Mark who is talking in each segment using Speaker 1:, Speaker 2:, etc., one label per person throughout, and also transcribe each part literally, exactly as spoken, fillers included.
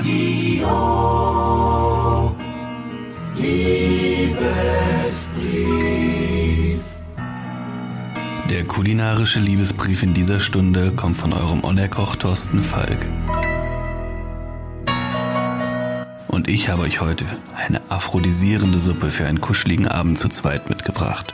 Speaker 1: Radio Liebesbrief.
Speaker 2: Der kulinarische Liebesbrief in dieser Stunde kommt von eurem On-Air-Koch Thorsten Falk. Und ich habe euch heute eine aphrodisierende Suppe für einen kuscheligen Abend zu zweit mitgebracht.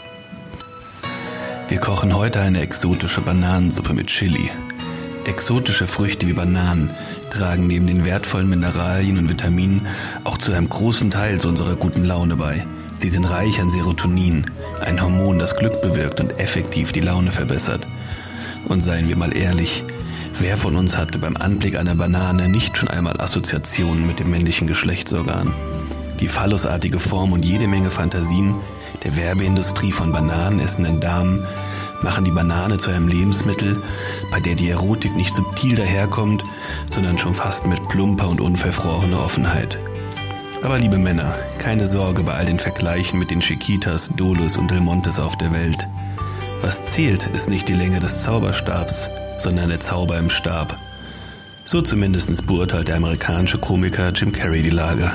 Speaker 2: Wir kochen heute eine exotische Bananensuppe mit Chili. Exotische Früchte wie Bananen tragen neben den wertvollen Mineralien und Vitaminen auch zu einem großen Teil zu unserer guten Laune bei. Sie sind reich an Serotonin, ein Hormon, das Glück bewirkt und effektiv die Laune verbessert. Und seien wir mal ehrlich, wer von uns hatte beim Anblick einer Banane nicht schon einmal Assoziationen mit dem männlichen Geschlechtsorgan? Die phallusartige Form und jede Menge Fantasien der Werbeindustrie von bananenessenden Damen machen die Banane zu einem Lebensmittel, bei der die Erotik nicht subtil daherkommt, sondern schon fast mit plumper und unverfrorener Offenheit. Aber liebe Männer, keine Sorge bei all den Vergleichen mit den Chiquitas, Dolos und Del Montes auf der Welt. Was zählt, ist nicht die Länge des Zauberstabs, sondern der Zauber im Stab. So zumindest beurteilt der amerikanische Komiker Jim Carrey die Lage.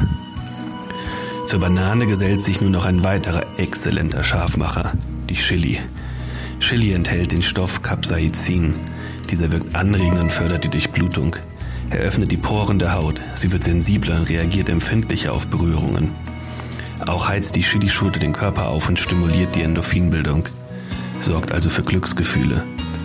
Speaker 2: Zur Banane gesellt sich nun noch ein weiterer exzellenter Scharfmacher, die Chili. Chili enthält den Stoff Capsaicin. Dieser wirkt anregend und fördert die Durchblutung. Er öffnet die Poren der Haut. Sie wird sensibler und reagiert empfindlicher auf Berührungen. Auch heizt die Chilischote den Körper auf und stimuliert die Endorphinbildung. Sorgt also für Glücksgefühle.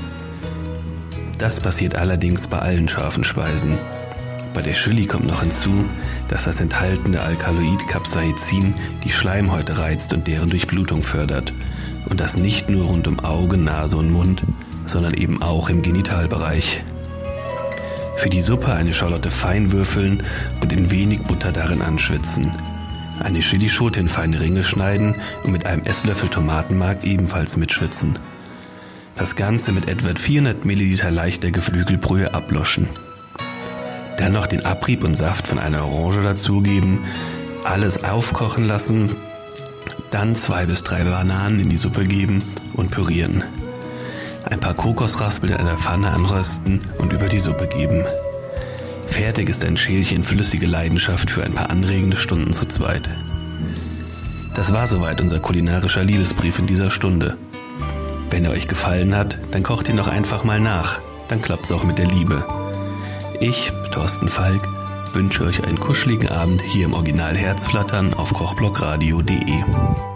Speaker 2: Das passiert allerdings bei allen scharfen Speisen. Bei der Chili kommt noch hinzu, dass das enthaltene Alkaloid Capsaicin die Schleimhäute reizt und deren Durchblutung fördert. Und das nicht nur rund um Augen, Nase und Mund, sondern eben auch im Genitalbereich. Für die Suppe eine Schalotte fein würfeln und in wenig Butter darin anschwitzen. Eine Chilischote in feine Ringe schneiden und mit einem Esslöffel Tomatenmark ebenfalls mitschwitzen. Das Ganze mit etwa vierhundert Milliliter leichter Geflügelbrühe abloschen. Dann noch den Abrieb und Saft von einer Orange dazugeben, alles aufkochen lassen, dann zwei bis drei Bananen in die Suppe geben und pürieren. Ein paar Kokosraspeln in einer Pfanne anrösten und über die Suppe geben. Fertig ist ein Schälchen flüssige Leidenschaft für ein paar anregende Stunden zu zweit. Das war soweit unser kulinarischer Liebesbrief in dieser Stunde. Wenn er euch gefallen hat, dann kocht ihn doch einfach mal nach. Dann klappt's auch mit der Liebe. Ich, Thorsten Falk, wünsche euch einen kuscheligen Abend hier im Original Herzflattern auf kochblockradio punkt de.